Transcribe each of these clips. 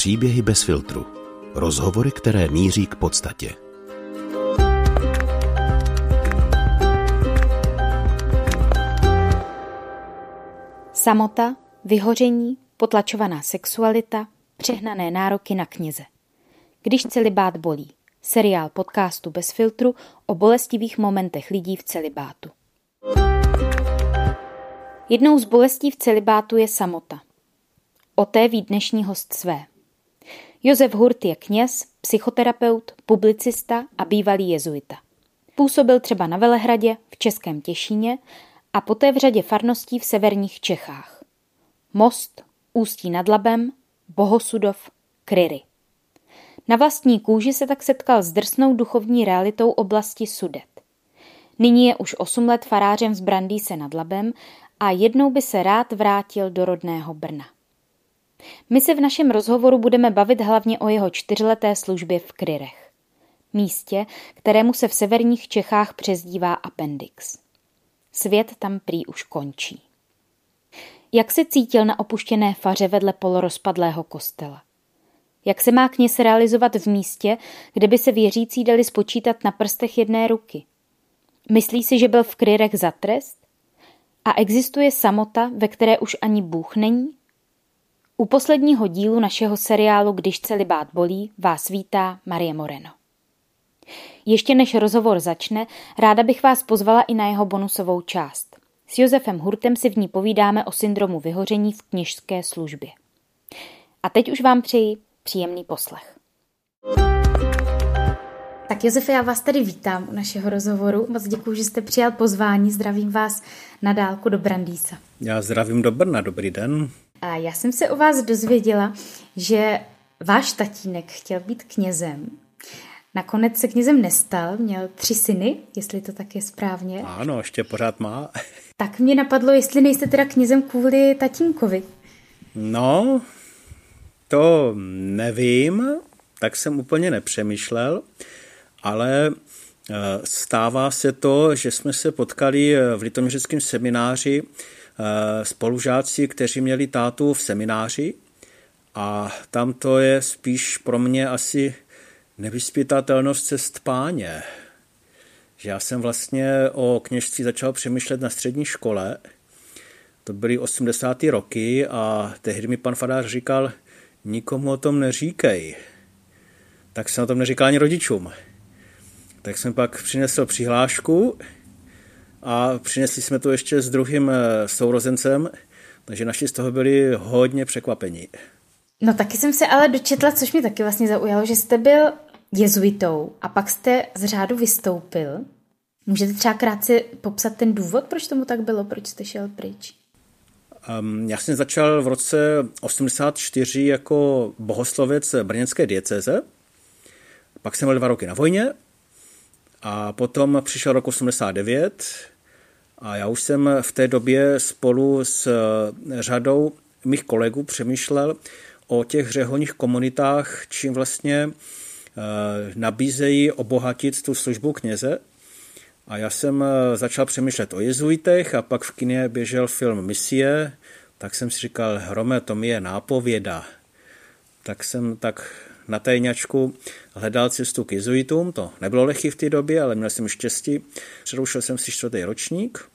Příběhy bez filtru. Rozhovory, které míří k podstatě. Samota, vyhoření, potlačovaná sexualita, přehnané nároky na kněze. Když celibát bolí. Seriál podcastu bez filtru o bolestivých momentech lidí v celibátu. Jednou z bolestí v celibátu je samota. O té ví dnešní host své. Josef Hurt je kněz, psychoterapeut, publicista a bývalý jezuita. Působil třeba na Velehradě, v Českém Těšíně a poté v řadě farností v severních Čechách. Most, Ústí nad Labem, Bohosudov, Kryry. Na vlastní kůži se tak setkal s drsnou duchovní realitou oblasti Sudet. Nyní je už 8 let farářem z Brandýse nad Labem a jednou by se rád vrátil do rodného Brna. My se v našem rozhovoru budeme bavit hlavně o jeho 4leté službě v Kryrech. Místě, kterému se v severních Čechách přezdívá Appendix. Svět tam prý už končí. Jak se cítil na opuštěné faře vedle polorozpadlého kostela? Jak se má kněz realizovat v místě, kde by se věřící dali spočítat na prstech jedné ruky? Myslí si, že byl v Kryrech za trest? A existuje samota, ve které už ani Bůh není? U posledního dílu našeho seriálu Když celibát bolí vás vítá Marie Moreno. Ještě než rozhovor začne, ráda bych vás pozvala i na jeho bonusovou část. S Josefem Hurtem si v ní povídáme o syndromu vyhoření v kněžské službě. A teď už vám přeji příjemný poslech. Tak Josefe, já vás tady vítám u našeho rozhovoru. Moc děkuji, že jste přijal pozvání. Zdravím vás na dálku do Brandýsa. Já zdravím do Brna, dobrý den. A já jsem se o vás dozvěděla, že váš tatínek chtěl být knězem. Nakonec se knězem nestal, měl 3 syny, jestli to tak je správně. Ano, ještě pořád má. Tak mě napadlo, jestli nejste teda knězem kvůli tatínkovi. No, to nevím, tak jsem úplně nepřemýšlel, ale stává se to, že jsme se potkali v litoměřickém semináři spolužáci, kteří měli tátu v semináři a tam to je spíš pro mě asi nevyzpytatelnost cest Páně. Že já jsem vlastně o kněžství začal přemýšlet na střední škole, to byly 80. roky a tehdy mi pan farář říkal, nikomu o tom neříkej. Tak jsem o tom neříkal ani rodičům. Tak jsem pak přinesl přihlášku a přinesli jsme to ještě s druhým sourozencem, takže naši z toho byli hodně překvapení. No taky jsem se ale dočetla, což mě taky vlastně zaujalo, že jste byl jezuitou a pak jste z řádu vystoupil. Můžete třeba krátce popsat ten důvod, proč tomu tak bylo, proč jste šel pryč? Já jsem začal v roce 84 jako bohoslovec brněnské diecéze, pak jsem byl 2 roky na vojně a potom přišel rok 89 a já už jsem v té době spolu s řadou mých kolegů přemýšlel o těch řeholních komunitách, čím vlastně nabízejí obohatit tu službu kněze. A já jsem začal přemýšlet o jezuitech a pak v kině běžel film Misie, tak jsem si říkal, Hrome, to mi je nápověda. Tak jsem tak na tajňačku hledal cestu k jezuitům, to nebylo lehké v té době, ale měl jsem štěstí. Přerušil jsem si 4. ročník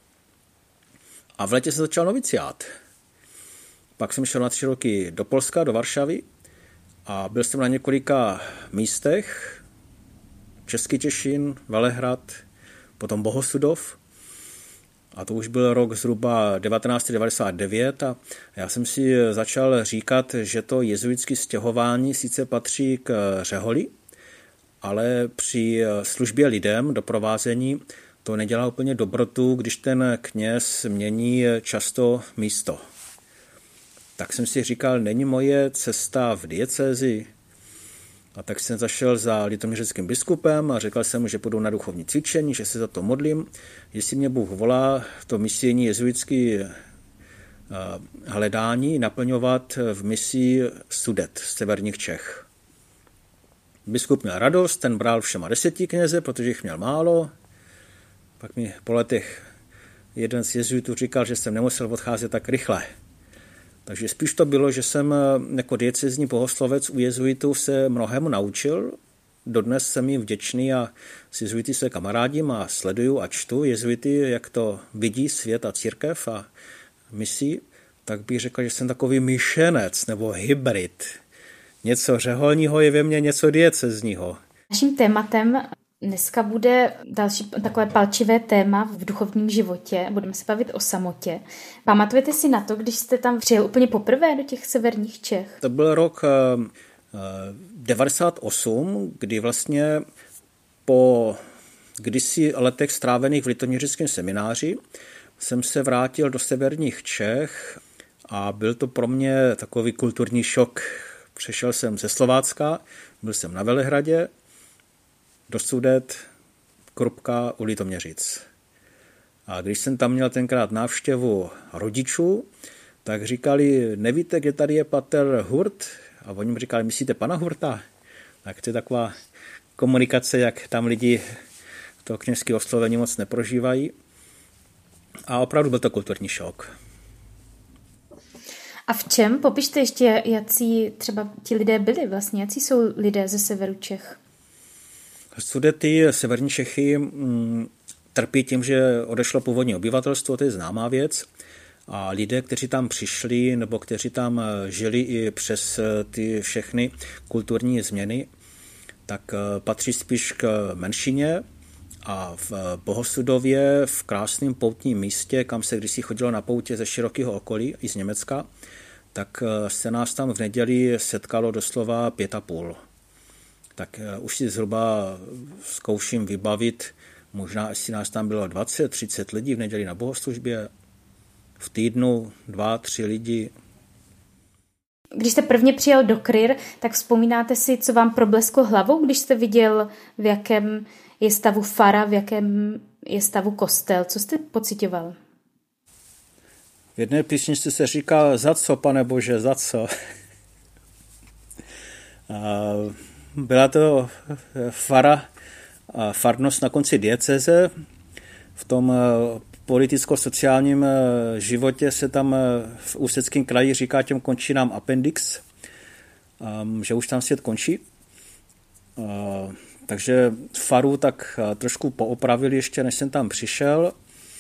a v létě se začal noviciát. Pak jsem šel na 3 roky do Polska, do Varšavy a byl jsem na několika místech, Český Těšín, Velehrad, potom Bohosudov a to už byl rok zhruba 1999 a já jsem si začal říkat, že to jezuitské stěhování sice patří k řeholi, ale při službě lidem, doprovázení, to nedělá úplně dobrotu, když ten kněz mění často místo. Tak jsem si říkal, není moje cesta v diecézi. A tak jsem zašel za litoměřickým biskupem a řekl jsem mu, že půjdu na duchovní cvičení, že se za to modlím. Jestli mě Bůh volá to misijní jezuitské hledání naplňovat v misii Sudet z severních Čech. Biskup měl radost, ten bral všema 10 kněze, protože jich měl málo. Pak mi po letech jeden z jezuitů říkal, že jsem nemusel odcházet tak rychle. Takže spíš to bylo, že jsem jako diecézní bohoslovec u jezuitů se mnohému naučil. Dodnes jsem jim vděčný a s jezuity se kamarádím a sleduju a čtu jezuity, jak to vidí svět a církev a misí, tak bych řekl, že jsem takový myšlenec nebo hybrid. Něco řeholního je ve mně, něco diecézního. Naším tématem dneska bude další takové palčivé téma v duchovním životě. Budeme se bavit o samotě. Pamatujete si na to, když jste tam přijel úplně poprvé do těch severních Čech? To byl rok 98, kdy vlastně po kdysi letech strávených v Litoměřickém semináři jsem se vrátil do severních Čech a byl to pro mě takový kulturní šok. Přešel jsem ze Slovácka, byl jsem na Velehradě, do Sudet, Krupka u Litoměřic. A když jsem tam měl tenkrát návštěvu rodičů, tak říkali, nevíte, kde tady je pater Hurt? A oni mi říkali, myslíte pana Hurta? Tak to je taková komunikace, jak tam lidi to kněžské oslovení moc neprožívají. A opravdu byl to kulturní šok. A v čem? Popište ještě, jací třeba ti lidé byli vlastně, jací jsou lidé ze severu Čech? Sudety, severní Čechy trpí tím, že odešlo původní obyvatelstvo, to je známá věc. A lidé, kteří tam přišli nebo kteří tam žili i přes ty všechny kulturní změny, tak patří spíš k menšině. A v Bohosudově, v krásném poutním místě, kam se kdysi chodilo na poutě ze širokého okolí, i z Německa, tak se nás tam v neděli setkalo doslova 5,5. Tak už si zhruba zkouším vybavit, možná asi nás tam bylo 20-30 lidí v neděli na bohoslužbě, v týdnu 2-3 lidi. Když jste prvně přijel do Kryr, tak vzpomínáte si, co vám problesklo hlavou, když jste viděl, v jakém je stavu fara, v jakém je stavu kostel? Co jste pociťoval? V jedné písničce se říká, za co, pane Bože, za co? Byla to farnost na konci diecéze. V tom politicko-sociálním životě se tam v Ústeckém kraji říká těm končinám appendix, že už tam svět končí. Takže faru tak trošku poopravili ještě, než jsem tam přišel.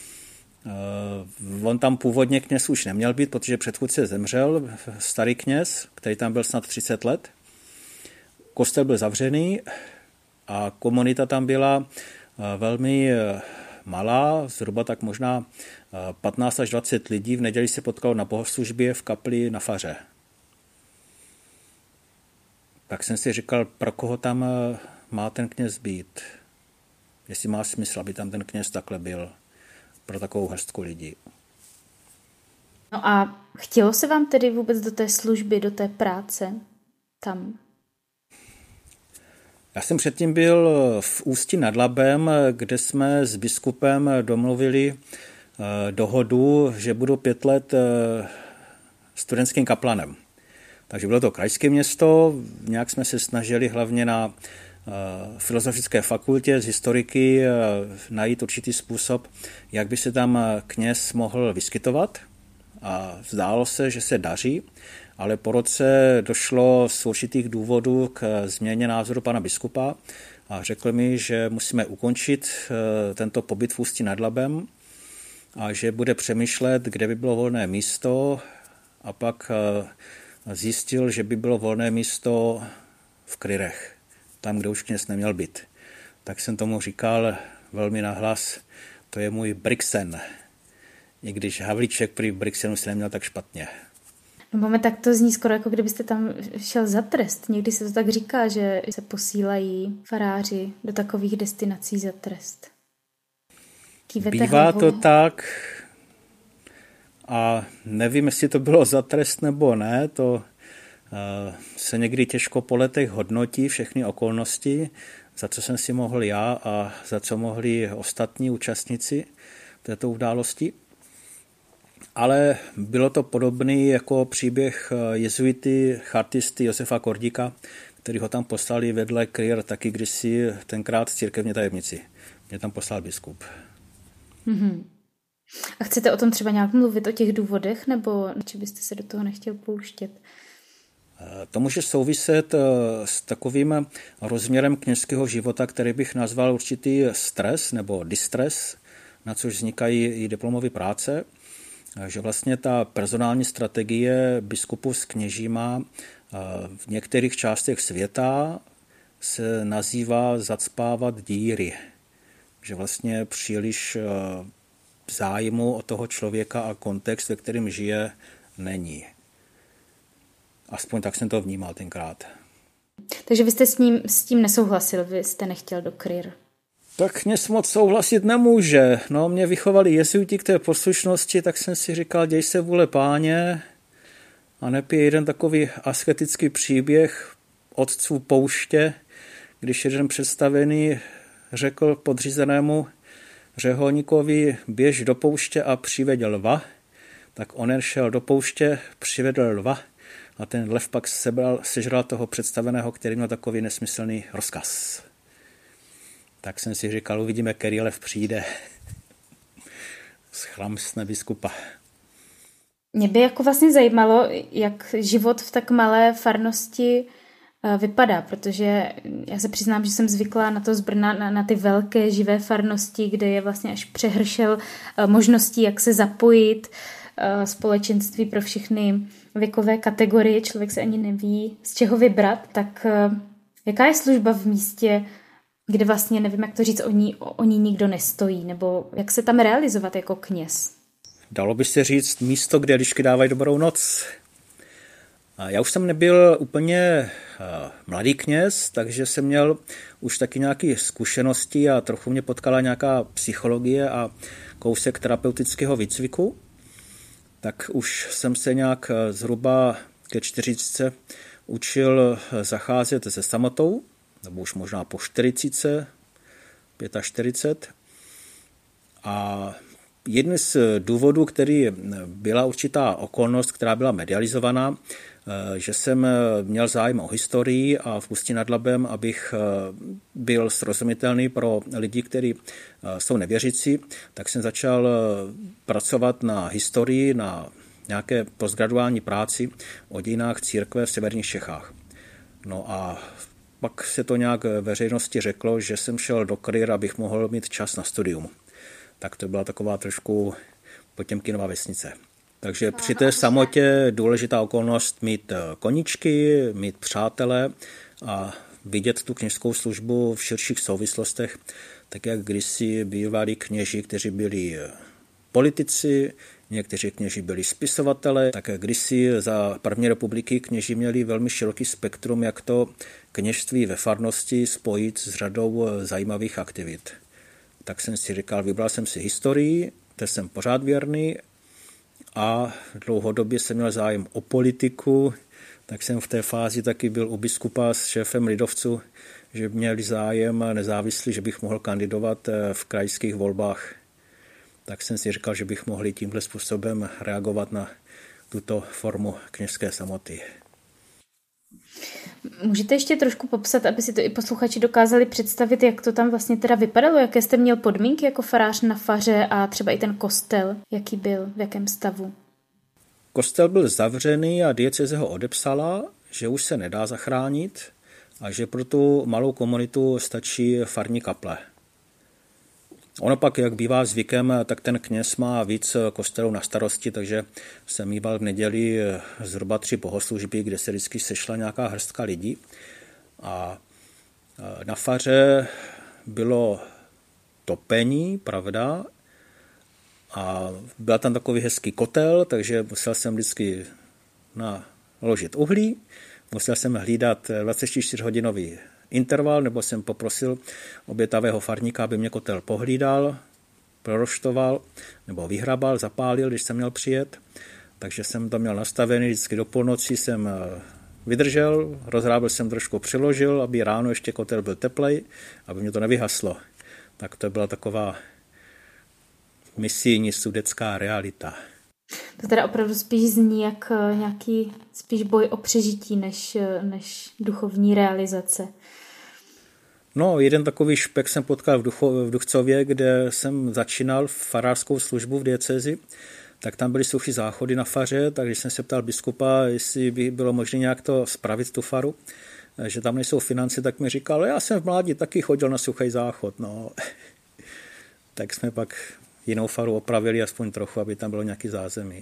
On tam původně kněz už neměl být, protože předchůdce zemřel, starý kněz, který tam byl snad 30 let. Kostel byl zavřený a komunita tam byla velmi malá, zhruba tak možná 15 až 20 lidí. V neděli se potkalo na bohoslužbě v kapli na faře. Tak jsem si říkal, pro koho tam má ten kněz být. Jestli má smysl, aby tam ten kněz takhle byl pro takovou hrstku lidí. No a chtělo se vám tedy vůbec do té služby, do té práce tam? Já jsem předtím byl v Ústí nad Labem, kde jsme s biskupem domluvili dohodu, že budu 5 let studentským kaplanem. Takže bylo to krajské město, nějak jsme se snažili hlavně na filozofické fakultě z historiky najít určitý způsob, jak by se tam kněz mohl vyskytovat. A zdálo se, že se daří, ale po roce došlo z určitých důvodů k změně názoru pana biskupa a řekl mi, že musíme ukončit tento pobyt v Ústí nad Labem a že bude přemýšlet, kde by bylo volné místo, a pak zjistil, že by bylo volné místo v Kryrech, tam, kde už kněz neměl být. Tak jsem tomu říkal velmi nahlas, to je můj Brixen. I když Havlíček prý v Brixenu se neměl tak špatně. No máme, tak to zní skoro, jako kdybyste tam šel za trest. Někdy se to tak říká, že se posílají faráři do takových destinací za trest. Bývá to tak a nevím, jestli to bylo za trest nebo ne, to se někdy těžko po letech hodnotí všechny okolnosti, za co jsem si mohl já a za co mohli ostatní účastníci této události. Ale bylo to podobný jako příběh jezuity, chartisty Josefa Kordíka, který ho tam poslali vedle Kryr taky kdysi tenkrát církevní tajemnici. Mě tam poslal biskup. Mm-hmm. A chcete o tom třeba nějak mluvit, o těch důvodech, nebo či byste se do toho nechtěl pouštět? To může souviset s takovým rozměrem kněžského života, který bych nazval určitý stres nebo distres, na což vznikají i diplomové práce, že vlastně ta personální strategie biskupů s kněžíma v některých částech světa se nazývá zacpávat díry. Že vlastně příliš zájmu o toho člověka a kontext, ve kterém žije, není. Aspoň tak jsem to vnímal tenkrát. Takže vy jste s tím nesouhlasil, vy jste nechtěl do KRIR. Tak kněz moc souhlasit nemůže. No, mě vychovali jezuiti k té poslušnosti, tak jsem si říkal, děj se vůle Páně. A nepije jeden takový asketický příběh otců pouště, když jeden představený řekl podřízenému řeholníkovi, běž do pouště a přiveď lva. Tak on šel do pouště, přivedl lva a ten lev pak sežral toho představeného, který měl takový nesmyslný rozkaz. Tak jsem si říkal, uvidíme, který lev přijde. Schramstne biskupa. Mě by jako vlastně zajímalo, jak život v tak malé farnosti vypadá, protože já se přiznám, že jsem zvyklá na to z Brna, na ty velké živé farnosti, kde je vlastně až přehršel možností, jak se zapojit, společenství pro všechny věkové kategorie, člověk se ani neví, z čeho vybrat, tak jaká je služba v místě, kde vlastně, nevím, jak to říct, o ní nikdo nestojí, nebo jak se tam realizovat jako kněz? Dalo by se říct místo, kde lišky dávají dobrou noc. Já už jsem nebyl úplně mladý kněz, takže jsem měl už taky nějaké zkušenosti a trochu mě potkala nějaká psychologie a kousek terapeutického výcviku. Tak už jsem se nějak zhruba ke 40 učil zacházet se samotou, nebo už možná po 40, 45. A jeden z důvodů, který byla určitá okolnost, která byla medializovaná, že jsem měl zájem o historii a v Ústí nad Labem, abych byl srozumitelný pro lidi, kteří jsou nevěřící, tak jsem začal pracovat na historii, na nějaké postgraduální práci o dějinách církve v severních Čechách. No a pak se to nějak veřejnosti řeklo, že jsem šel do KRIR, abych mohl mít čas na studium. Tak to byla taková trošku Potěmkinova vesnice. Takže při té samotě důležitá okolnost mít koníčky, mít přátele a vidět tu kněžskou službu v širších souvislostech, tak jak kdysi bývali kněži, kteří byli politici, někteří kněži byli spisovatelé, tak kdysi za první republiky kněži měli velmi široký spektrum, jak to kněžství ve farnosti spojit s řadou zajímavých aktivit. Tak jsem si říkal, vybral jsem si historii, to jsem pořád věrný a dlouhodobě jsem měl zájem o politiku, tak jsem v té fázi taky byl u biskupa s šéfem lidovců, že měli zájem nezávislý, že bych mohl kandidovat v krajských volbách. Tak jsem si říkal, že bych mohl tímhle způsobem reagovat na tuto formu kněžské samoty. Můžete ještě trošku popsat, aby si to i posluchači dokázali představit, jak to tam vlastně teda vypadalo, jaké jste měl podmínky jako farář na faře a třeba i ten kostel, jaký byl, v jakém stavu? Kostel byl zavřený a diecéze ho odepsala, že už se nedá zachránit a že pro tu malou komunitu stačí farní kaple. Ono pak, jak bývá zvykem, tak ten kněz má víc kostelů na starosti, takže jsem mýval v neděli zhruba 3 bohoslužby, kde se vždycky sešla nějaká hrstka lidí. A na faře bylo topení, pravda, a byl tam takový hezký kotel, takže musel jsem vždycky naložit uhlí, musel jsem hlídat 24-hodinový interval, nebo jsem poprosil obětavého farníka, aby mě kotel pohlídal, proroštoval, nebo vyhrabal, zapálil, když jsem měl přijet. Takže jsem to měl nastavený, vždycky do půlnoci jsem vydržel, rozhrábil jsem trošku, přiložil, aby ráno ještě kotel byl teplej, aby mě to nevyhaslo. Tak to byla taková misijní sudecká realita. To teda opravdu spíš zní jak nějaký spíš boj o přežití, než duchovní realizace. No, jeden takový špek jsem potkal v Duchcově, kde jsem začínal farářskou službu v diecézi, tak tam byly suchý záchody na faře, takže jsem se ptal biskupa, jestli by bylo možné nějak to spravit tu faru, že tam nejsou finance, tak mi říkal, já jsem v mládí taky chodil na suchý záchod, no. Tak jsme pak jinou faru opravili aspoň trochu, aby tam bylo nějaký zázemí.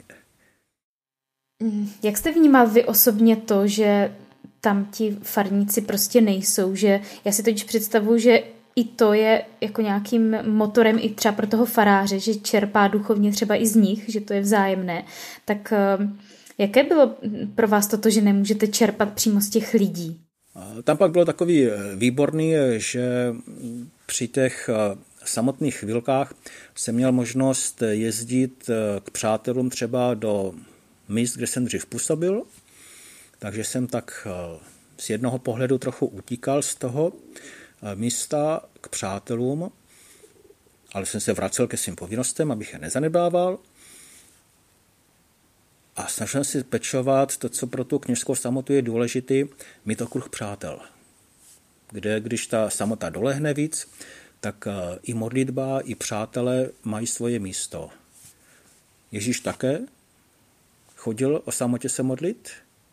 Jak jste vnímal vy osobně to, že tam ti farníci prostě nejsou, že já si totiž představuji, že i to je jako nějakým motorem i třeba pro toho faráře, že čerpá duchovně třeba i z nich, že to je vzájemné. Tak jaké bylo pro vás toto, že nemůžete čerpat přímo z těch lidí? Tam pak bylo takový výborný, že při těch samotných chvilkách jsem měl možnost jezdit k přátelům třeba do míst, kde jsem dřív působil, takže jsem tak z jednoho pohledu trochu utíkal z toho místa k přátelům, ale jsem se vracel ke svým povinnostem, abych je nezanedbával a snažil si pečovat to, co pro tu kněžskou samotu je důležité, mít okruh přátel, kde když ta samota dolehne víc, tak i modlitba, i přátelé mají svoje místo. Ježíš také chodil o samotě se modlit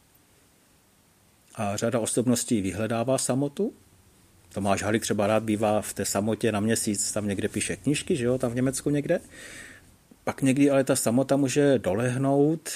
a řada osobností vyhledává samotu. Tomáš Halík třeba rád bývá v té samotě na měsíc, tam někde píše knížky, že jo, tam v Německu někde. Pak někdy ale ta samota může dolehnout.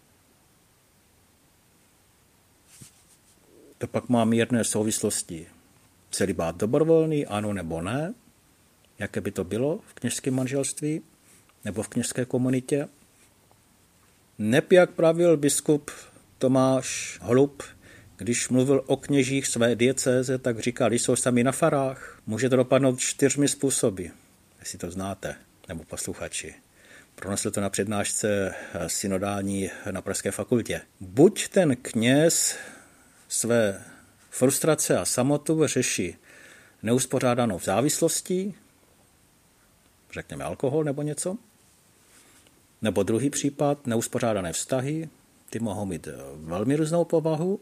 To pak má mírné souvislosti. Celibát dobrovolný, ano nebo ne, jaké by to bylo v kněžském manželství nebo v kněžské komunitě. Neb jak pravil biskup Tomáš Holub, když mluvil o kněžích své diecéze, tak říkal, když jsou sami na farách, může to dopadnout 4 způsoby, jestli to znáte, nebo posluchači. Pronesl to na přednášce synodální na Pražské fakultě. Buď ten kněz své frustrace a samotu řeší neuspořádanou závislostí, řekněme alkohol nebo něco, nebo druhý případ, neuspořádané vztahy, ty mohou mít velmi různou povahu.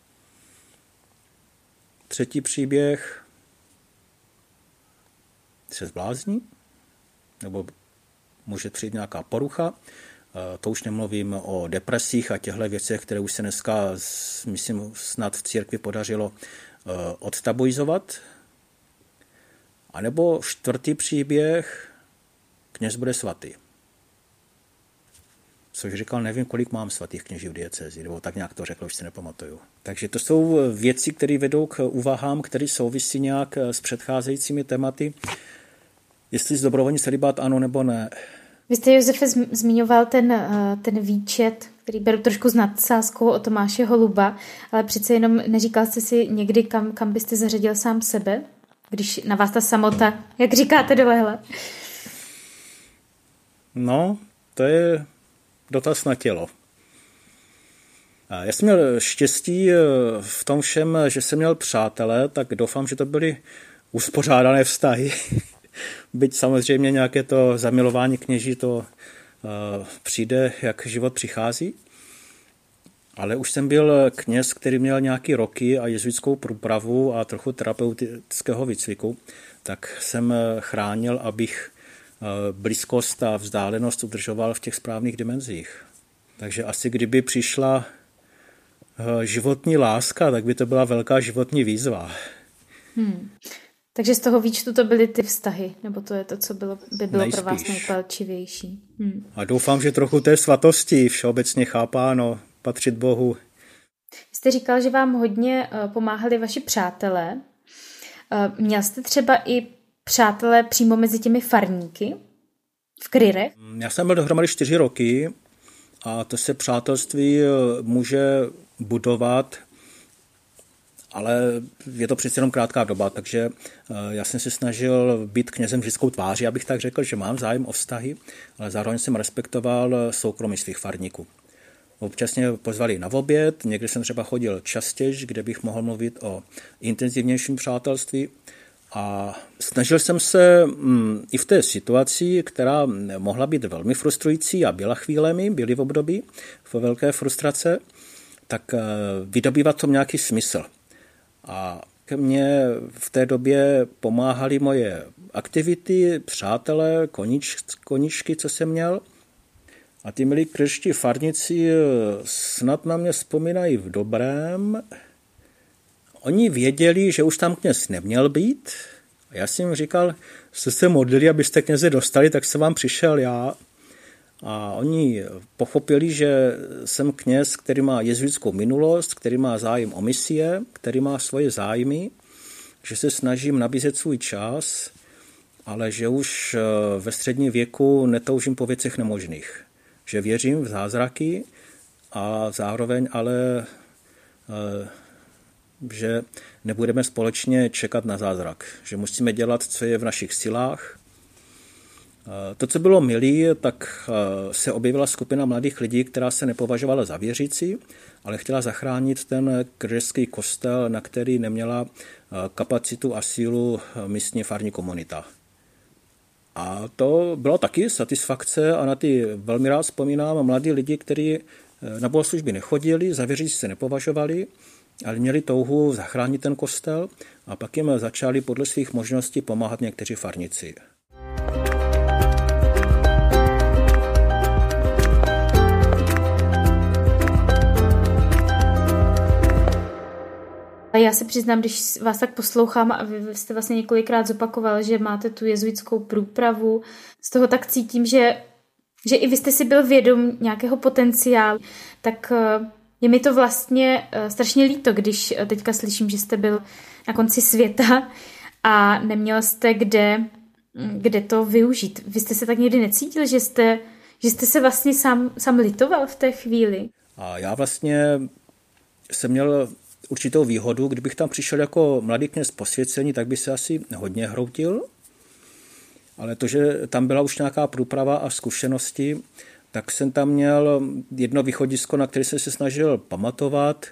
Třetí příběh se zblázní, nebo může přijít nějaká porucha. To už nemluvím o depresích a těchto věcech, které už se dneska, myslím, snad v církvi podařilo odtabuizovat. A nebo 4. příběh, kněz bude svatý. Což říkal, nevím, kolik mám svatých kněží v diecézi, nebo tak nějak to řekl, už si nepamatuju. Takže to jsou věci, které vedou k úvahám, které souvisí nějak s předcházejícími tématy, jestli z dobrovolný celibát ano nebo ne. Vy jste, Josefe, zmiňoval ten výčet, který beru trošku s nadsázkou o Tomáše Holuba, ale přece jenom neříkal jste si někdy, kam byste zařadil sám sebe, když na vás ta samota, jak říkáte, dolehla? No, to je dotaz na tělo. Já jsem měl štěstí v tom všem, že jsem měl přátelé, tak doufám, že to byly uspořádané vztahy. Byť samozřejmě nějaké to zamilování kněží to přijde, jak život přichází. Ale už jsem byl kněz, který měl nějaké roky a jezuitskou průpravu a trochu terapeutického výcviku, tak jsem chránil, abych blízkost a vzdálenost udržoval v těch správných dimenzích. Takže asi kdyby přišla životní láska, tak by to byla velká životní výzva. Takže z toho výčtu to byly ty vztahy, nebo to je to, co by bylo pro vás nejpalčivější. A doufám, že trochu té svatosti všeobecně chápáno, patřit Bohu. Jste říkal, že vám hodně pomáhali vaši přátelé. Měl jste třeba i přátelé přímo mezi těmi farníky v Kryrech? Já jsem byl dohromady 4 roky a to se přátelství může budovat, ale je to přeci jenom krátká doba, takže já jsem se snažil být knězem vždyckou tváří, abych tak řekl, že mám zájem o vztahy, ale zároveň jsem respektoval soukromí svých farníků. Občas mě pozvali na oběd, někdy jsem třeba chodil častěji, kde bych mohl mluvit o intenzivnějším přátelství a snažil jsem se i v té situaci, která mohla být velmi frustrující a byla chvílemi, byly v období v velké frustrace, tak vydobývat tom nějaký smysl. A mě v té době pomáhali moje aktivity, přátelé, koníčky, co jsem měl. A ty milí křesťští farníci snad na mě vzpomínají v dobrém. Oni věděli, že už tam kněz neměl být. A já jsem jim říkal, jste se modlili, abyste kněze dostali, tak jsem vám přišel já. A oni pochopili, že jsem kněz, který má jezuitskou minulost, který má zájem o misie, který má svoje zájmy, že se snažím nabízet svůj čas, ale že už ve středním věku netoužím po věcech nemožných. Že věřím v zázraky a zároveň ale, že nebudeme společně čekat na zázrak. Že musíme dělat, co je v našich silách. To, co bylo milý, tak se objevila skupina mladých lidí, která se nepovažovala za věřící, ale chtěla zachránit ten křesťanský kostel, na který neměla kapacitu a sílu místní farní komunita. A to bylo taky satisfakce a na ty velmi rád vzpomínám mladí lidi, kteří na bohoslužby nechodili, za věřící se nepovažovali, ale měli touhu zachránit ten kostel a pak jim začali podle svých možností pomáhat někteří farníci. Já se přiznám, když vás tak poslouchám a vy jste vlastně několikrát zopakoval, že máte tu jezuitskou průpravu, z toho tak cítím, že i vy jste si byl vědom nějakého potenciálu, tak je mi to vlastně strašně líto, když teďka slyším, že jste byl na konci světa a neměl jste kde to využít. Vy jste se tak někdy necítil, že jste se vlastně sám litoval v té chvíli? A já vlastně jsem měl určitou výhodu, kdybych tam přišel jako mladý kněz posvěcení, tak by se asi hodně hroutil, ale to, že tam byla už nějaká průprava a zkušenosti, tak jsem tam měl jedno východisko, na které jsem se snažil pamatovat,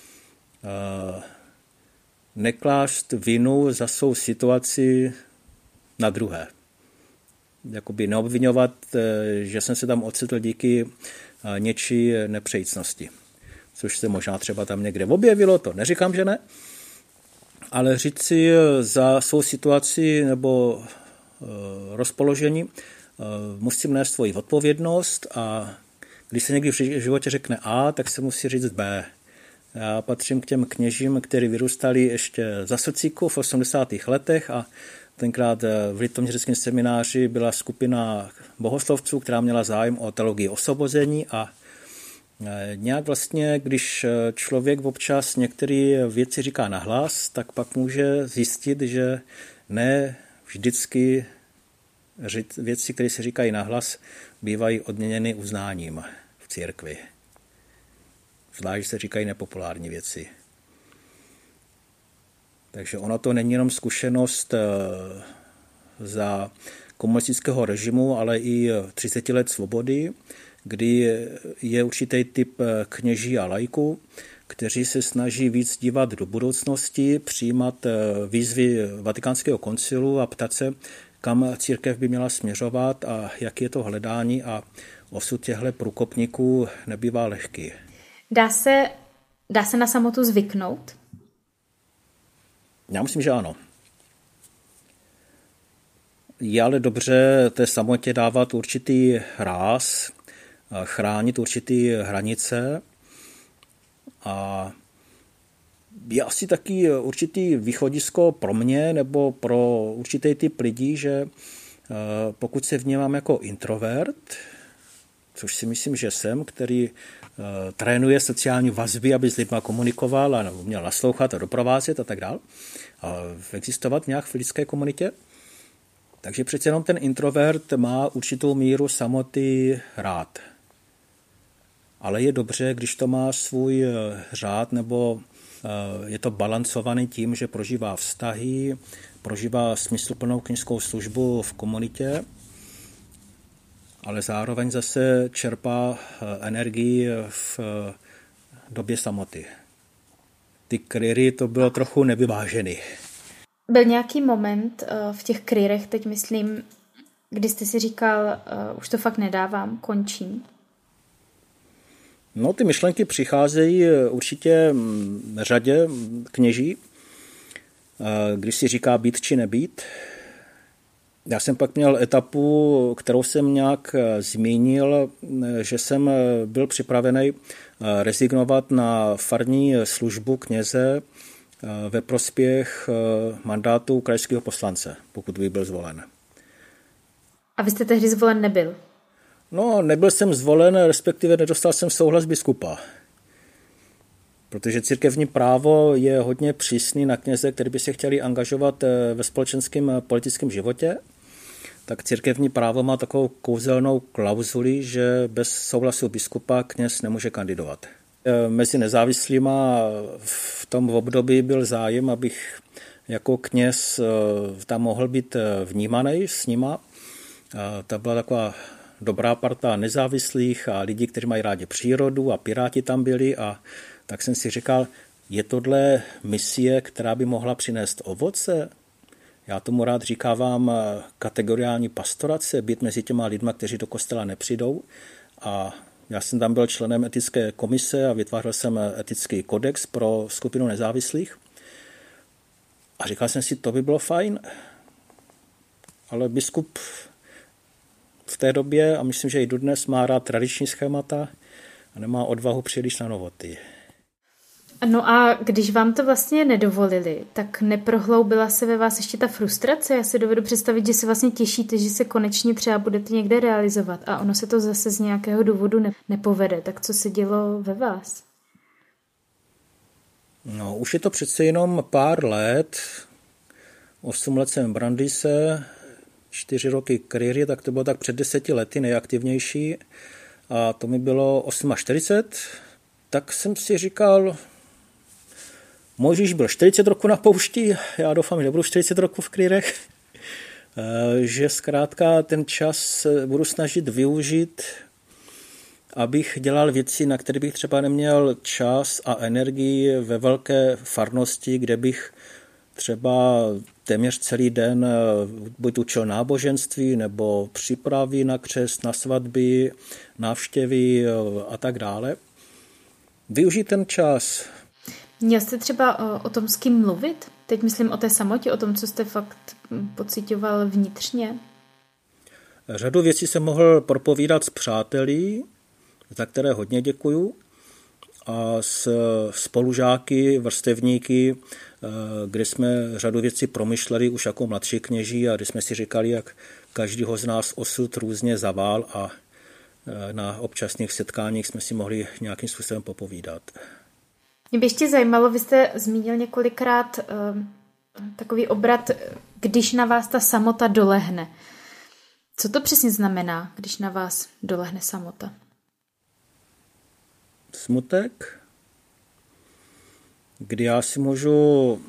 neklást vinu za svou situaci na druhé. Jakoby neobvinovat, že jsem se tam ocitl díky něčí nepřejícnosti. Což se možná třeba tam někde objevilo, to neříkám, že ne, ale říct si za svou situaci nebo rozpoložení musím nést svoji odpovědnost a když se někdy v životě řekne A, tak se musí říct B. Já patřím k těm kněžím, kteří vyrůstali ještě za socíku v 80. letech a tenkrát v litoměřickém semináři byla skupina bohoslovců, která měla zájem o teologii osvobození a nějak vlastně, když člověk občas některé věci říká nahlas, tak pak může zjistit, že ne vždycky věci, které se říkají nahlas, bývají odměněny uznáním v církvi. Zvlášť se říkají nepopulární věci. Takže ono to není jenom zkušenost za komunistického režimu, ale i 30 let svobody, kdy je určitý typ kněží a laiků, kteří se snaží víc dívat do budoucnosti, přijímat výzvy Vatikánského koncilu a ptat se, kam církev by měla směřovat a jak je to hledání a osud těchto průkopníků nebývá lehký. Dá se na samotu zvyknout? Já myslím, že ano. Je ale dobře té samotě dávat určitý ráz, chránit určitý hranice a je asi taky určitý východisko pro mě nebo pro určitý typ lidí, že pokud se vnímám jako introvert, což si myslím, že jsem, který trénuje sociální vazby, aby s lidma komunikoval a uměl naslouchat a doprovázet a tak dál, a existovat nějak v lidské komunitě, takže přece jenom ten introvert má určitou míru samoty rád. Ale je dobře, když to má svůj řád, nebo je to balancovaný tím, že prožívá vztahy, prožívá smysluplnou kněžskou službu v komunitě, ale zároveň zase čerpá energii v době samoty. Ty kryry, to bylo trochu nevyvážený. Byl nějaký moment v těch kryrech, teď myslím, kdy jste si říkal, už to fakt nedávám, končím? No, ty myšlenky přicházejí určitě řadě kněží. když si říká být či nebýt. Já jsem pak měl etapu, kterou jsem nějak zmínil, že jsem byl připravený rezignovat na farní službu kněze ve prospěch mandátu krajského poslance, pokud by byl zvolen. A vy jste tehdy zvolen nebyl? No, nebyl jsem zvolen, respektive nedostal jsem souhlas biskupa. Protože církevní právo je hodně přísný na kněze, kteří by se chtěli angažovat ve společenském politickém životě. Tak církevní právo má takovou kouzelnou klauzuli, že bez souhlasu biskupa kněz nemůže kandidovat. Mezi nezávislýma v tom období byl zájem, abych jako kněz tam mohl být vnímaný s nima. Ta byla taková dobrá parta nezávislých a lidí, kteří mají rádi přírodu, a piráti tam byli, a tak jsem si říkal, je tohle misie, která by mohla přinést ovoce? Já tomu rád říkávám kategoriální pastorace, být mezi těma lidma, kteří do kostela nepřijdou. A já jsem tam byl členem etické komise a vytvářel jsem etický kodex pro skupinu nezávislých. A říkal jsem si, to by bylo fajn. Ale biskup v té době, a myslím, že i dodnes, má rád tradiční schémata a nemá odvahu příliš na novoty. No a když vám to vlastně nedovolili, tak neprohloubila se ve vás ještě ta frustrace? Já si dovedu představit, že se vlastně těšíte, že se konečně třeba budete někde realizovat a ono se to zase z nějakého důvodu nepovede. Tak co se dělo ve vás? No, už je to přece jenom pár let. 8 let jsem v Brandýse, 4 roky kariéry, tak to bylo tak před 10 lety nejaktivnější. A to mi bylo 48. Tak jsem si říkal, Mojžíš byl 40 roků na poušti, já doufám, že nebudu 40 roků v krýrech, že zkrátka ten čas budu snažit využít, abych dělal věci, na které bych třeba neměl čas a energii ve velké farnosti, kde bych třeba téměř celý den buď učil náboženství, nebo přípravy na křest, na svatby, návštěvy a tak dále. Využít ten čas. Měl jste třeba o tom s kým mluvit? Teď myslím o té samotě, o tom, co jste fakt pocitoval vnitřně. Řadu věcí jsem mohl propovídat s přáteli, za které hodně děkuju, a s spolužáky, vrstevníky, kde jsme řadu věcí promyšleli už jako mladší kněží a kdy jsme si říkali, jak každýho z nás osud různě zavál, a na občasných setkáních jsme si mohli nějakým způsobem popovídat. Mě by ještě zajímalo, vy jste zmínil několikrát takový obrat, když na vás ta samota dolehne. Co to přesně znamená, když na vás dolehne samota? Smutek, kdy já si můžu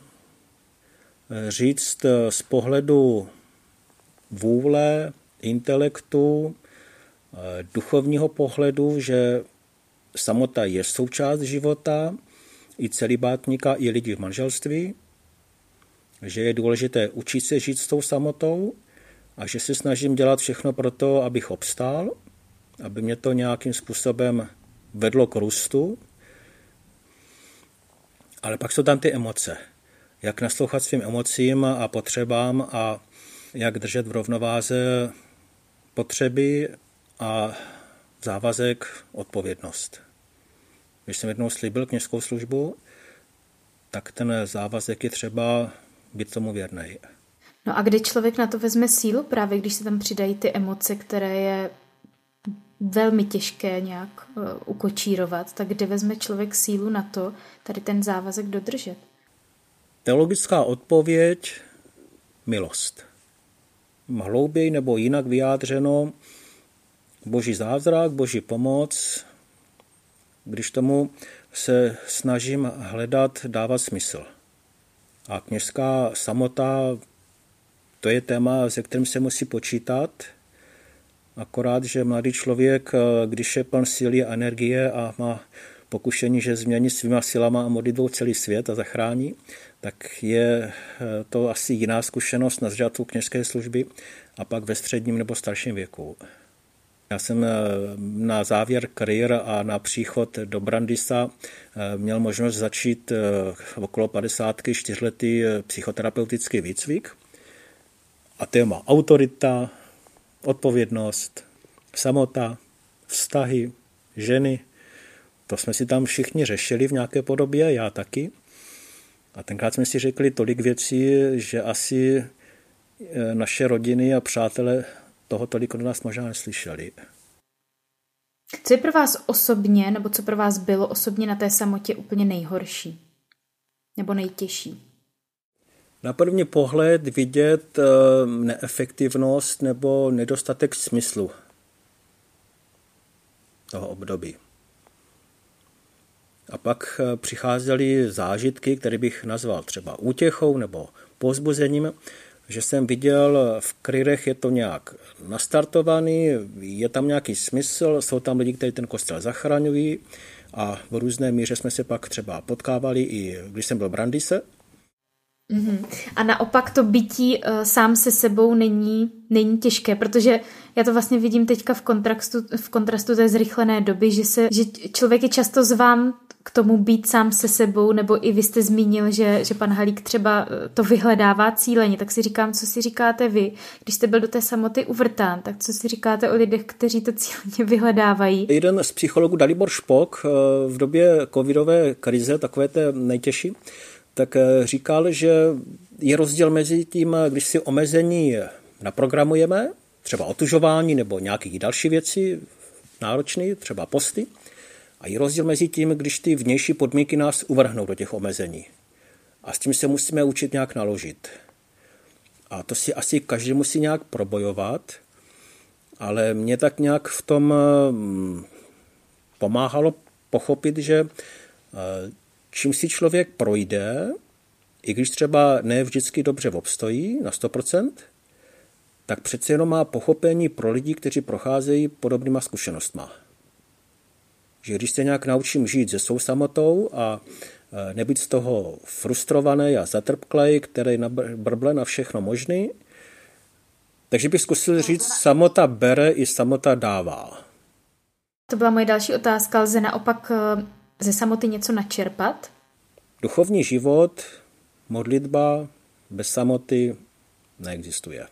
říct z pohledu vůle, intelektu, duchovního pohledu, že samota je součást života i celibátníka, i lidí v manželství, že je důležité učit se žít s tou samotou a že se snažím dělat všechno pro to, abych obstál, aby mě to nějakým způsobem vedlo k růstu. Ale pak jsou tam ty emoce. Jak naslouchat svým emocím a potřebám a jak držet v rovnováze potřeby a závazek, odpovědnost. Když jsem jednou slíbil kněžskou službu, tak ten závazek je třeba být tomu věrnej. No a kdy člověk na to vezme sílu, právě když se tam přidají ty emoce, které je velmi těžké nějak ukočírovat, tak kde vezme člověk sílu na to, tady ten závazek dodržet? Teologická odpověď, milost. Hlouběji nebo jinak vyjádřeno, boží zázrak, boží pomoc, když tomu se snažím hledat, dávat smysl. A kněžská samota, to je téma, se kterým se musí počítat, akorát, že mladý člověk, když je pln síly a energie a má pokušení, že změní svýma silama a modlitbou celý svět a zachrání, tak je to asi jiná zkušenost na začátku kněžské služby a pak ve středním nebo starším věku. Já jsem na závěr kariéry a na příchod do Brandýsa měl možnost začít okolo 50 čtyřletý psychoterapeutický výcvik. A téma autorita, odpovědnost, samota, vztahy, ženy, to jsme si tam všichni řešili v nějaké podobě, já taky. A tenkrát jsme si řekli tolik věcí, že asi naše rodiny a přátelé toho tolik od nás možná neslyšeli. Co je pro vás osobně, nebo co pro vás bylo osobně na té samotě úplně nejhorší? Nebo nejtěžší? Na první pohled vidět neefektivnost nebo nedostatek smyslu toho období. A pak přicházely zážitky, které bych nazval třeba útěchou nebo povzbuzením, že jsem viděl v kryrech je to nějak nastartovaný, je tam nějaký smysl, jsou tam lidi, kteří ten kostel zachraňují a v různé míře jsme se pak třeba potkávali i když jsem byl v Brandýse. A naopak to bytí sám se sebou není těžké, protože já to vlastně vidím teďka v kontrastu té zrychlené doby, že člověk je často zván k tomu být sám se sebou, nebo i vy jste zmínil, že pan Halík třeba to vyhledává cíleně, tak si říkám, co si říkáte vy, když jste byl do té samoty uvrtán, tak co si říkáte o lidech, kteří to cíleně vyhledávají? Jeden z psychologů, Dalibor Špok, v době covidové krize, takové té nejtěžší, tak říkal, že je rozdíl mezi tím, když si omezení naprogramujeme, třeba otužování nebo nějaké další věci náročné, třeba posty, a je rozdíl mezi tím, když ty vnější podmínky nás uvrhnou do těch omezení. A s tím se musíme učit nějak naložit. A to si asi každý musí nějak probojovat, ale mě tak nějak v tom pomáhalo pochopit, že čím si člověk projde, i když třeba ne vždycky dobře obstojí na 100%, tak přece jenom má pochopení pro lidi, kteří procházejí podobnýma zkušenostma. Že když se nějak naučím žít se svou samotou a nebyt z toho frustrovaný a zatrpklej, který brble na všechno možný, takže bych zkusil říct, samota bere i samota dává. To byla moje další otázka. Lze naopak ze samoty něco načerpat? Duchovní život, modlitba bez samoty neexistuje.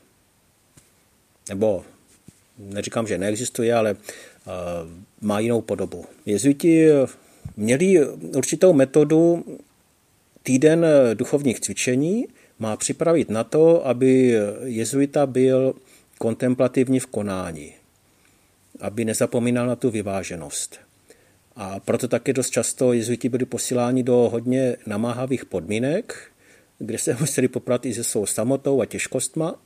Nebo neříkám, že neexistuje, ale má jinou podobu. Jezuiti měli určitou metodu, týden duchovních cvičení má připravit na to, aby jezuita byl kontemplativní v konání, aby nezapomínal na tu vyváženost. A proto taky dost často jezuiti byli posíláni do hodně namáhavých podmínek, kde se museli poprat i se svou samotou a těžkostma.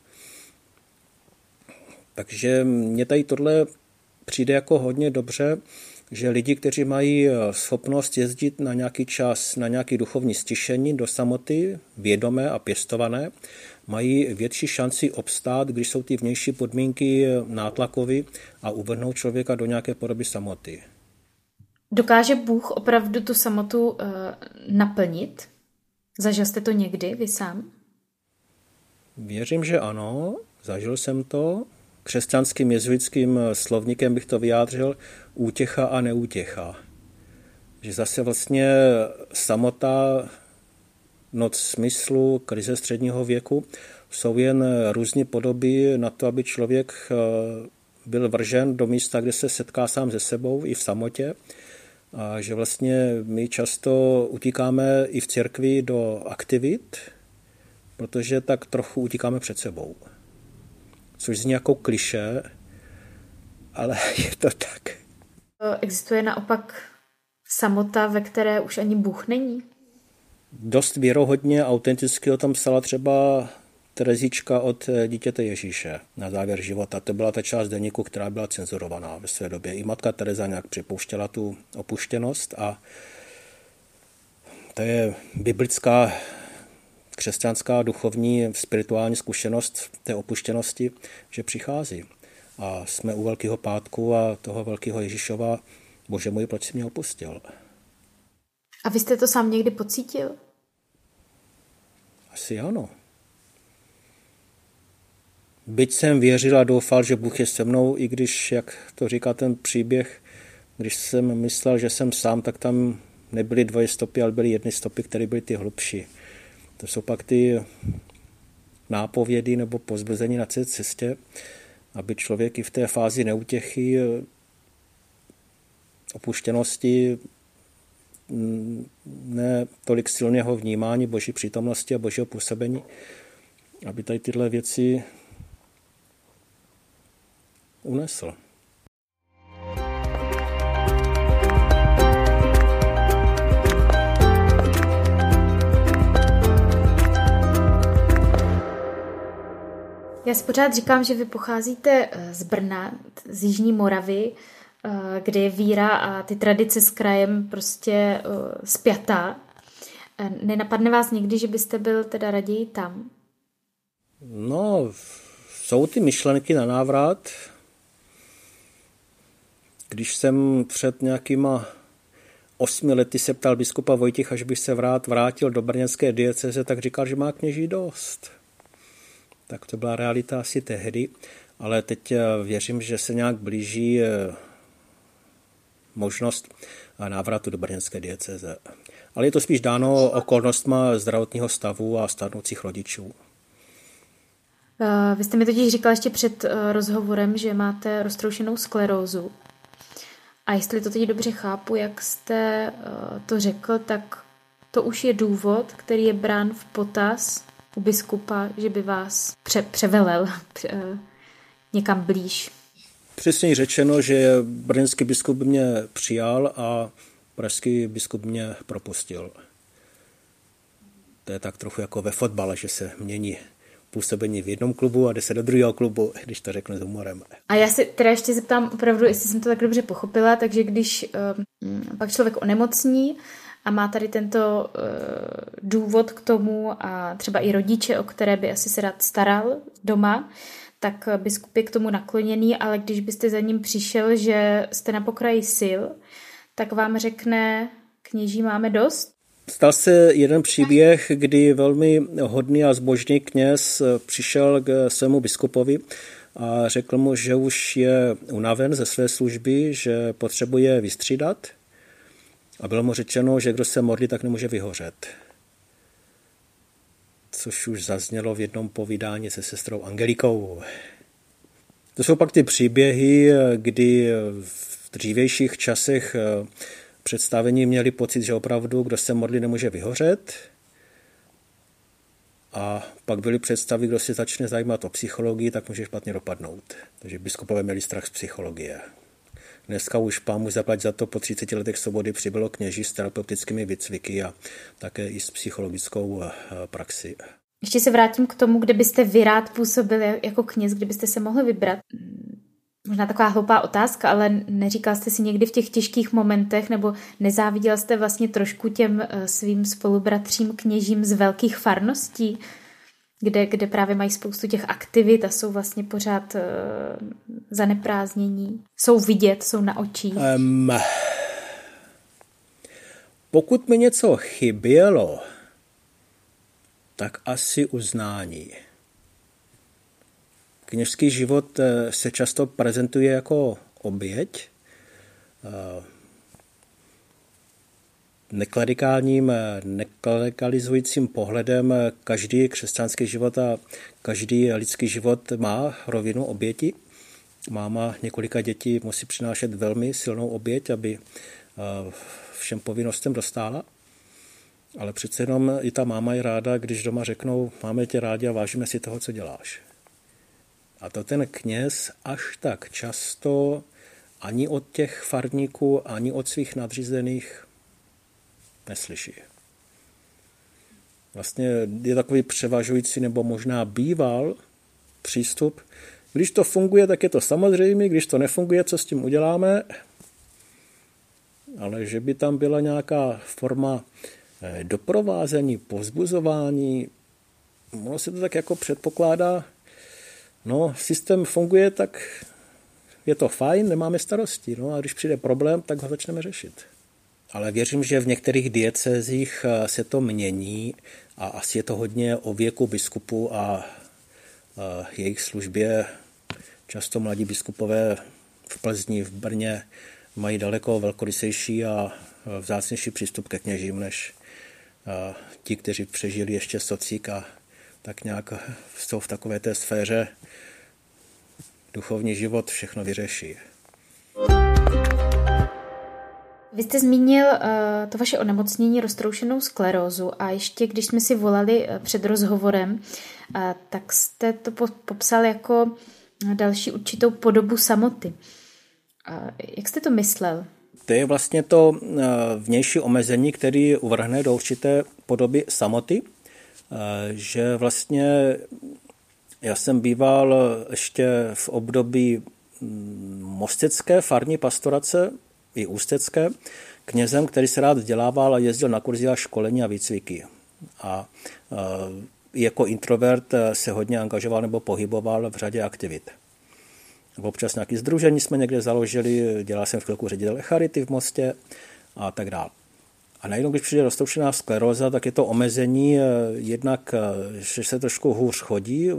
Takže mně tady tohle přijde jako hodně dobře, že lidi, kteří mají schopnost jezdit na nějaký čas, na nějaké duchovní stišení do samoty, vědomé a pěstované, mají větší šanci obstát, když jsou ty vnější podmínky nátlakové a uvrhnout člověka do nějaké podoby samoty. Dokáže Bůh opravdu tu samotu naplnit? Zažil jste to někdy, vy sám? Věřím, že ano, zažil jsem to. Křesťanským jezuitským slovníkem bych to vyjádřil útěcha a neútěcha. Že zase vlastně samota, noc smyslu, krize středního věku jsou jen různé podoby na to, aby člověk byl vržen do místa, kde se setká sám se sebou i v samotě. A že vlastně my často utíkáme i v církvi do aktivit, protože tak trochu utíkáme před sebou. Což zní jako klišé, ale je to tak. Existuje naopak samota, ve které už ani Bůh není? Dost věrohodně, autenticky o tom psala třeba Terezička od dítěte Ježíše na závěr života. To byla ta část deníku, která byla cenzurovaná ve své době. I matka Tereza nějak připouštěla tu opuštěnost a to je biblická, křesťanská, duchovní, spirituální zkušenost té opuštěnosti, že přichází. A jsme u Velkého pátku a toho velkého Ježíšova, Bože můj, proč jsi mě opustil? A vy jste to sám někdy pocítil? Asi ano. byť jsem věřil a doufal, že Bůh je se mnou, i když, jak to říká ten příběh, když jsem myslel, že jsem sám, tak tam nebyly 2 stopy, ale byly 1 stopy, které byly ty hlubší. To jsou pak ty nápovědy nebo povzbuzení na cestě, aby člověk i v té fázi neútěchy, opuštěnosti, ne tolik silného vnímání Boží přítomnosti a Božího působení, aby tady tyhle věci unesl. Já si pořád říkám, že vy pocházíte z Brna, z Jižní Moravy, kde je víra a ty tradice s krajem prostě spjatá. Nenapadne vás někdy, že byste byl teda raději tam? No, jsou ty myšlenky na návrat. Když jsem před nějakýma 8 lety se ptal biskupa Vojticha, že bych se vrátil do brněnské diecéze, tak říkal, že má kněží dost. Tak to byla realita asi tehdy, ale teď věřím, že se nějak blíží možnost návratu do brněnské diecéze. Ale je to spíš dáno okolnostma zdravotního stavu a stárnoucích rodičů. Vy jste mi totiž říkal ještě před rozhovorem, že máte roztroušenou sklerózu. A jestli to teď dobře chápu, jak jste to řekl, tak to už je důvod, který je brán v potaz u biskupa, že by vás převelel někam blíž. Přesně řečeno, že brněnský biskup by mě přijal a pražský biskup mě propustil. To je tak trochu jako ve fotbale, že se mění působení v jednom klubu a jde se do druhého klubu, když to řeknu s humorem. A já se teda ještě zeptám opravdu, jestli jsem to tak dobře pochopila, takže když pak člověk onemocní a má tady tento důvod k tomu a třeba i rodiče, o které by asi se rád staral doma, tak biskup je k tomu nakloněný, ale když byste za ním přišel, že jste na pokraji sil, tak vám řekne, kněží máme dost? Stal se jeden příběh, kdy velmi hodný a zbožný kněz přišel k svému biskupovi a řekl mu, že už je unaven ze své služby, že potřebuje vystřídat. A bylo mu řečeno, že kdo se modlí, tak nemůže vyhořet. Což už zaznělo v jednom povídání se sestrou Angelikou. To jsou pak ty příběhy, kdy v dřívějších časech představení měli pocit, že opravdu, kdo se modlí, nemůže vyhořet. A pak byly představy, kdo se začne zajímat o psychologii, tak může špatně dopadnout. Takže biskupové měli strach z psychologie. Dneska už pán může zaplatit za to, po 30 letech svobody přibylo kněží s terapeutickými výcviky a také i s psychologickou praxi. Ještě se vrátím k tomu, kde byste vy rád působil jako kněz, kdybyste se mohli vybrat. Možná taková hloupá otázka, ale neříkal jste si někdy v těch těžkých momentech, nebo nezáviděl jste vlastně trošku těm svým spolubratřím kněžím z velkých farností, kde právě mají spoustu těch aktivit a jsou vlastně pořád zaneprázdnění. Jsou vidět, jsou na očích. Pokud mi něco chybělo, tak asi uznání. Kněžský život se často prezentuje jako oběť. Neklerikalizujícím pohledem každý křesťanský život a každý lidský život má rovinu oběti. Máma několika dětí musí přinášet velmi silnou oběť, aby všem povinnostem dostála. Ale přece jenom i ta máma je ráda, když doma řeknou, máme tě rádi a vážíme si toho, co děláš. A to ten kněz až tak často ani od těch farníků, ani od svých nadřízených neslyší. Vlastně je takový převažující, nebo možná býval přístup. Když to funguje, tak je to samozřejmé, když to nefunguje, co s tím uděláme? Ale že by tam byla nějaká forma doprovázení, povzbuzování, ono se to tak jako předpokládá, no, systém funguje, tak je to fajn, nemáme starosti, no a když přijde problém, tak ho začneme řešit. Ale věřím, že v některých diecézích se to mění a asi je to hodně o věku biskupu a jejich službě. Často mladí biskupové v Plzni, v Brně mají daleko velkorysejší a vzácnější přístup ke kněžím, než ti, kteří přežili ještě socik a tak nějak jsou v takové té sféře duchovní život všechno vyřeší. Vy jste zmínil to vaše onemocnění, roztroušenou sklerózu, a ještě když jsme si volali před rozhovorem, tak jste to popsal jako další určitou podobu samoty. Jak jste to myslel? To je vlastně to vnější omezení, který uvrhne do určité podoby samoty, že vlastně já jsem býval ještě v období mostecké farní pastorace i ústecké knězem, který se rád vzdělával a jezdil na kurzy a školení a výcviky. A jako introvert se hodně angažoval nebo pohyboval v řadě aktivit. Občas nějaké sdružení jsme někde založili, dělal jsem v chvilku ředitele charity v Mostě a tak dále. A najednou, když přijde roztroušená skleróza, tak je to omezení jednak, že se trošku hůř chodí,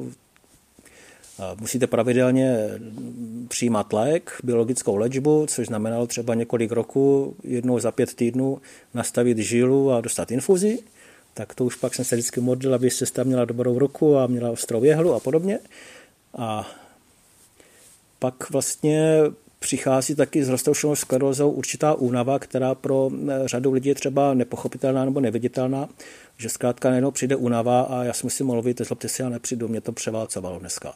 musíte pravidelně přijímat lék, biologickou léčbu, což znamenalo třeba několik roků, jednou za 5 týdnů nastavit žilu a dostat infuzi. Tak to už pak jsem se vždycky modlil, aby sestra měla dobrou ruku a měla ostrou jehlu a podobně. A pak vlastně přichází taky s roztroušenou sklerózou určitá únava, která pro řadu lidí je třeba nepochopitelná nebo neviditelná, že zkrátka najednou přijde únava a já si musím mluvit, zlobte si, já nepřijdu, mě to převálcovalo dneska.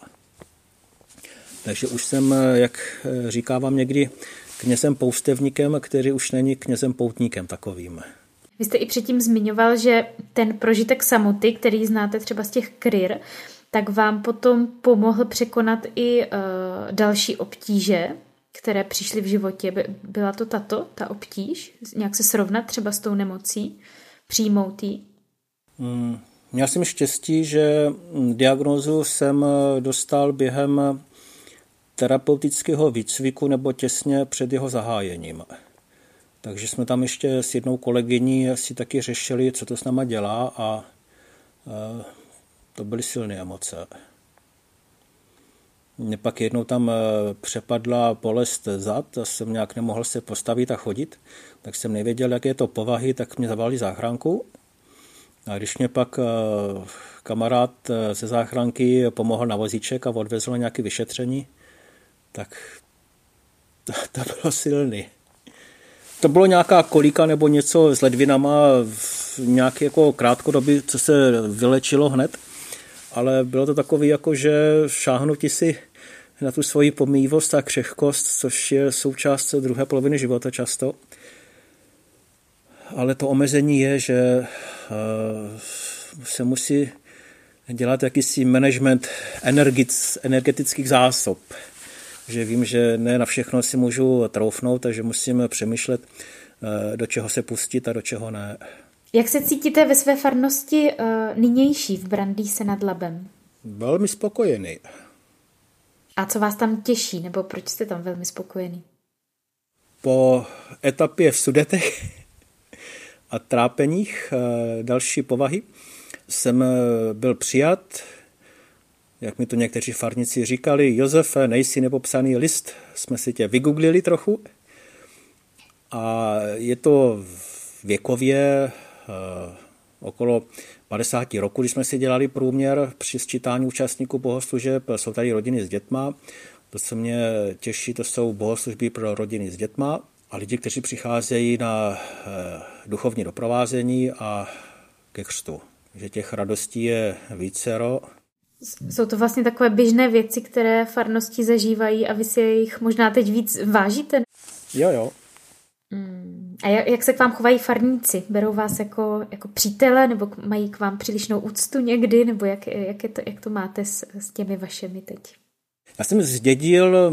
Takže už jsem, jak říkávám někdy, knězem poustevníkem, který už není knězem poutníkem takovým. Vy jste i předtím zmiňoval, že ten prožitek samoty, který znáte třeba z těch kryr, tak vám potom pomohl překonat i další obtíže, které přišly v životě. Byla to ta obtíž? Nějak se srovnat třeba s tou nemocí? Přijmout ji? Měl jsem štěstí, že diagnózu jsem dostal během terapeutického výcviku nebo těsně před jeho zahájením. Takže jsme tam ještě s jednou kolegyní si taky řešili, co to s náma dělá, a to byly silné emoce. Mě pak jednou tam přepadla bolest zad a jsem nějak nemohl se postavit a chodit, tak jsem nevěděl, jak je to povahy, tak mě zavolali záchranku. A když mě pak kamarád ze záchranky pomohl na vozíček a odvezl na nějaké vyšetření, tak to bylo silný. To bylo nějaká kolíka nebo něco s ledvinama v nějaké jako krátkodobí, co se vylečilo hned, ale bylo to takový, jako že šáhnutí si na tu svoji pomývost a křehkost, což je součást druhé poloviny života často. Ale to omezení je, že se musí dělat jakýsi management energetických zásob. Že vím, že ne na všechno si můžu troufnout, takže musím přemýšlet, do čeho se pustit a do čeho ne. Jak se cítíte ve své farnosti nynější v Brandýse nad Labem? Velmi spokojený. A co vás tam těší, nebo proč jste tam velmi spokojený? Po etapě v Sudetech a trápeních další povahy jsem byl přijat, jak mi to někteří farníci říkali, Josefe, nejsi nepopsaný list, jsme si tě vygooglili trochu. A je to věkově okolo 50 roku, když jsme si dělali průměr při sčítání účastníků bohoslužeb. Jsou tady rodiny s dětma. To, co mě těší, to jsou bohoslužby pro rodiny s dětma a lidi, kteří přicházejí na duchovní doprovázení a ke křtu. Že těch radostí je vícero. Jsou to vlastně takové běžné věci, které farnosti zažívají a vy si jich možná teď víc vážíte? Jo. A jak se k vám chovají farníci? Berou vás jako přítele, nebo mají k vám přílišnou úctu někdy, nebo jak to máte s těmi vašemi teď? Já jsem zdědil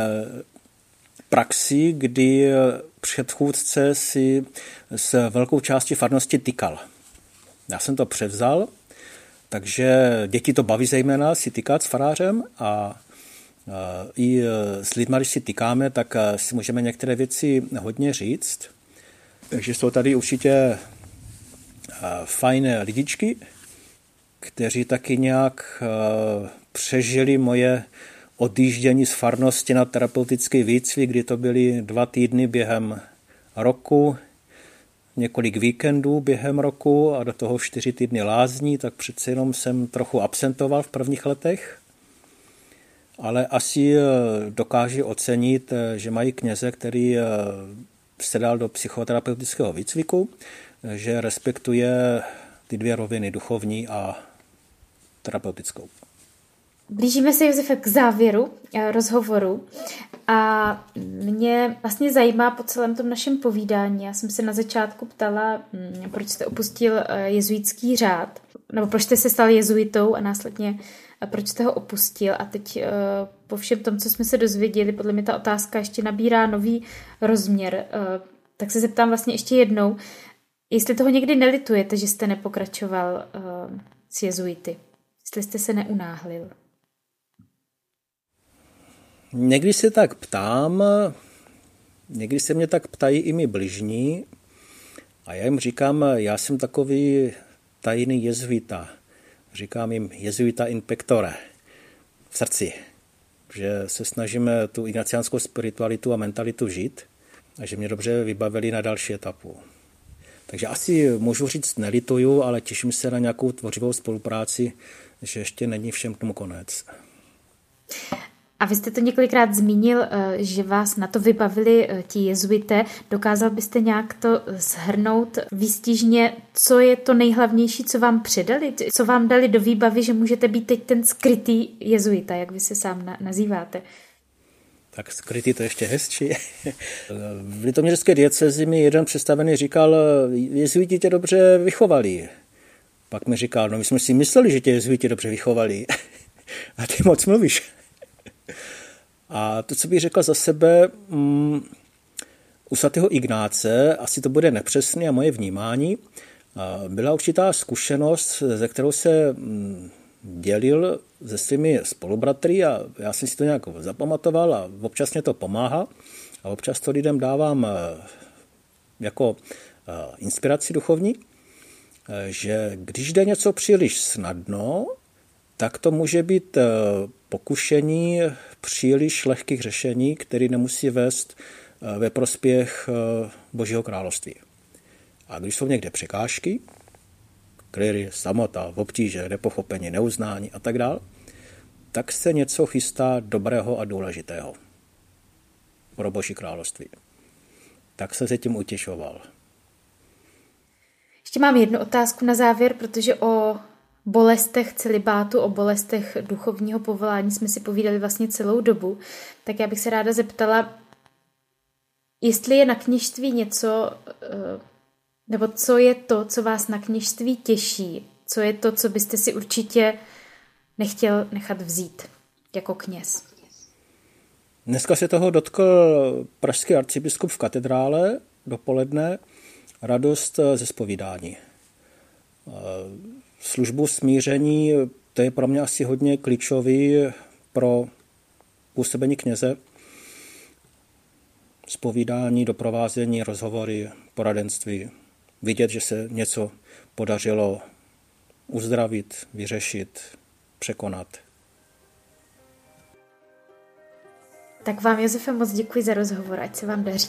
praxi, kdy předchůdce si s velkou částí farnosti tykal. Já jsem to převzal, takže děti to baví zejména si tykat s farářem a i s lidmi, když si tykáme, tak si můžeme některé věci hodně říct. Takže jsou tady určitě fajné lidičky, kteří taky nějak přežili moje odjíždění z farnosti na terapeutický výcvik, kdy to byly 2 týdny během roku, několik víkendů během roku a do toho 4 týdny lázní, tak přece jenom jsem trochu absentoval v prvních letech. Ale asi dokáží ocenit, že mají kněze, který se dal do psychoterapeutického výcviku, že respektuje ty 2 roviny, duchovní a terapeutickou. Blížíme se, Josefe, k závěru rozhovoru a mě vlastně zajímá po celém tom našem povídání. Já jsem se na začátku ptala, proč jste opustil jezuitský řád, nebo proč jste se stal jezuitou a následně proč jste ho opustil. A teď po všem tom, co jsme se dozvěděli, podle mě ta otázka ještě nabírá nový rozměr. Tak se zeptám vlastně ještě jednou, jestli toho někdy nelitujete, že jste nepokračoval s jezuity, jestli jste se neunáhlil. Někdy se tak ptám, někdy se mě tak ptají i mi bližní a já jim říkám, já jsem takový tajný jezuita. Říkám jim jezuita in pectore, v srdci, že se snažíme tu ignaciánskou spiritualitu a mentalitu žít a že mě dobře vybavili na další etapu. Takže asi můžu říct nelituju, ale těším se na nějakou tvořivou spolupráci, že ještě není všem tomu konec. A vy jste to několikrát zmínil, že vás na to vybavili ti jezuité. Dokázal byste nějak to shrnout výstižně, co je to nejhlavnější, co vám předali, co vám dali do výbavy, že můžete být teď ten skrytý jezuita, jak vy se sám nazýváte? Tak skrytý to ještě hezčí. V litoměřské diecezi mi jeden představený říkal, jezuiti tě dobře vychovali. Pak mi říkal, no my jsme si mysleli, že tě jezuiti dobře vychovali. A ty moc mluvíš. A to, co bych řekl za sebe, u svatého Ignáce, asi to bude nepřesné a moje vnímání, byla určitá zkušenost, ze kterou se dělil se svými spolubratry a já jsem si to nějak zapamatoval a občas mě to pomáhá a občas to lidem dávám jako inspiraci duchovní, že když jde něco příliš snadno, tak to může být pokušení příliš lehkých řešení, které nemusí vést ve prospěch Božího království. A když jsou někde překážky, kliry, samota, obtíže, nepochopení, neuznání a tak dále, tak se něco chystá dobrého a důležitého pro Boží království. Tak se se tím utěšoval. Ještě mám jednu otázku na závěr, protože o bolestech celibátu, o bolestech duchovního povolání jsme si povídali vlastně celou dobu, tak já bych se ráda zeptala, jestli je na kněžství něco, nebo co je to, co vás na kněžství těší, co je to, co byste si určitě nechtěl nechat vzít jako kněz. Dneska se toho dotkl pražský arcibiskup v katedrále dopoledne, radost ze zpovídání. Službu smíření, to je pro mě asi hodně klíčový pro působení kněze. Zpovídání, doprovázení, rozhovory, poradenství. Vidět, že se něco podařilo uzdravit, vyřešit, překonat. Tak vám, Josefe, moc děkuji za rozhovor, ať se vám daří.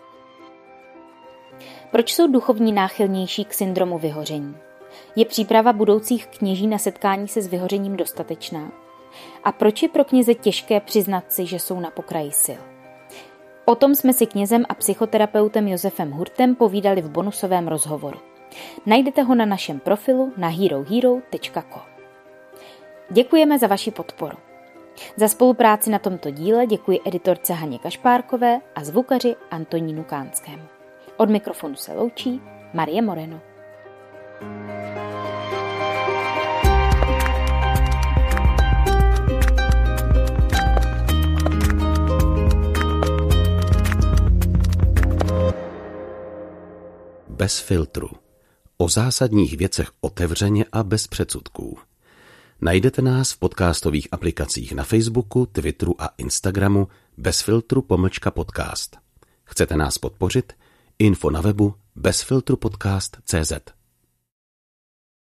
Proč jsou duchovní náchylnější k syndromu vyhoření? Je příprava budoucích kněží na setkání se s vyhořením dostatečná? A proč je pro kněze těžké přiznat si, že jsou na pokraji sil? O tom jsme si knězem a psychoterapeutem Josefem Hurtem povídali v bonusovém rozhovoru. Najdete ho na našem profilu na herohero.co. Děkujeme za vaši podporu. Za spolupráci na tomto díle děkuji editorce Haně Kašpárkové a zvukaři Antonínu Kánskému. Od mikrofonu se loučí Marie Moreno. Bez filtru. O zásadních věcech otevřeně a bez předsudků. Najdete nás v podcastových aplikacích na Facebooku, Twitteru a Instagramu bez filtru _podcast. Chcete nás podpořit? Info na webu bezfiltrupodcast.cz